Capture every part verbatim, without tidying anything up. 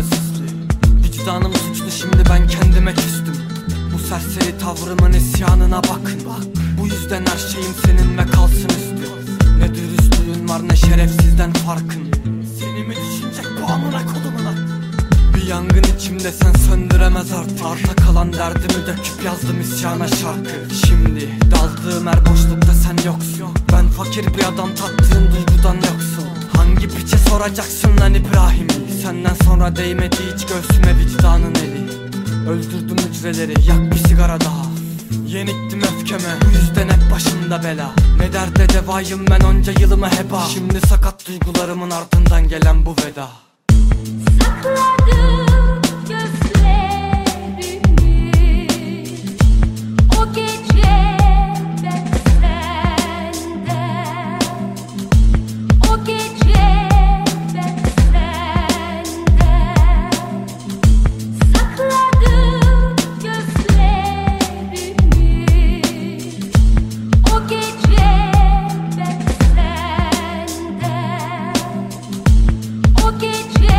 içimde sızlı. Vicdanım suçlu, şimdi ben kendime küstüm. Bu serseri tavrımın isyanına bakın. Bu yüzden her şeyim senin ve kalsın üstü. Ne dürüstlüğün var ne şerefsizden farkın. Seni mi düşünecek bu amına kodumuna? Bir yangın içimde sen söndüremez artık. Arta kalan derdimi döküp yazdım isyana şarkı. Şimdi daldığım her boşlukta sen yoksun. Ben fakir bir adam, tattığın duygudan yoksun. Hangi piçe soracaksın lan İbrahim'i? Senden sonra değmedi hiç göğsüme vicdanın eli. Öldürdüm hücreleri, yak bir sigara daha. Yeniktim öfkeme, bu yüzden hep başımda bela. Ne derde devayım ben onca yılımı heba. Şimdi sakat duygularımın ardından gelen bu veda. Sakladım gözlerimi o gece ben senden. O gece ben senden. Sakladım gözlerimi o gece ben senden. O gece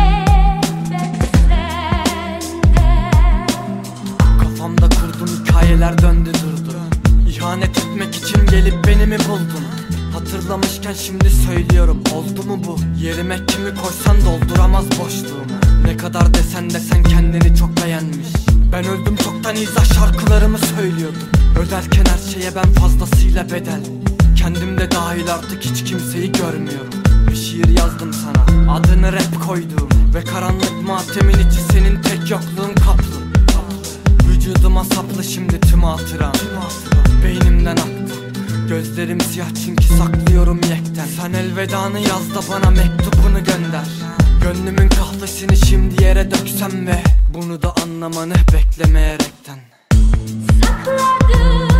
Kafamda kurdum hikayeler döndü durdu. İhanet etmek için gelip beni mi buldun? Hatırlamışken şimdi söylüyorum, oldu mu bu? Yerime kimi koysan dolduramaz boşluğumu. Ne kadar desen de sen kendini çok beğenmiş. Ben öldüm çoktan, izah şarkılarımı söylüyordum. Öderken her şeye ben fazlasıyla bedel. Kendim de dahil artık hiç kimseyi görmüyorum. Bir şiir yazdım sana, adını rap koydum. Ve karanlık matemin içi senin tek yokluğun kaplı. Vücuduma saplı şimdi tüm hatıram. Beynimden aktı, gözlerim siyah çünkü saklıyorum yekten. Sen elvedanı yaz da bana mektubunu gönder. Gönlümün kahvesini şimdi yere döksem ve bunu da anlamanı beklemeyerekten. sakladım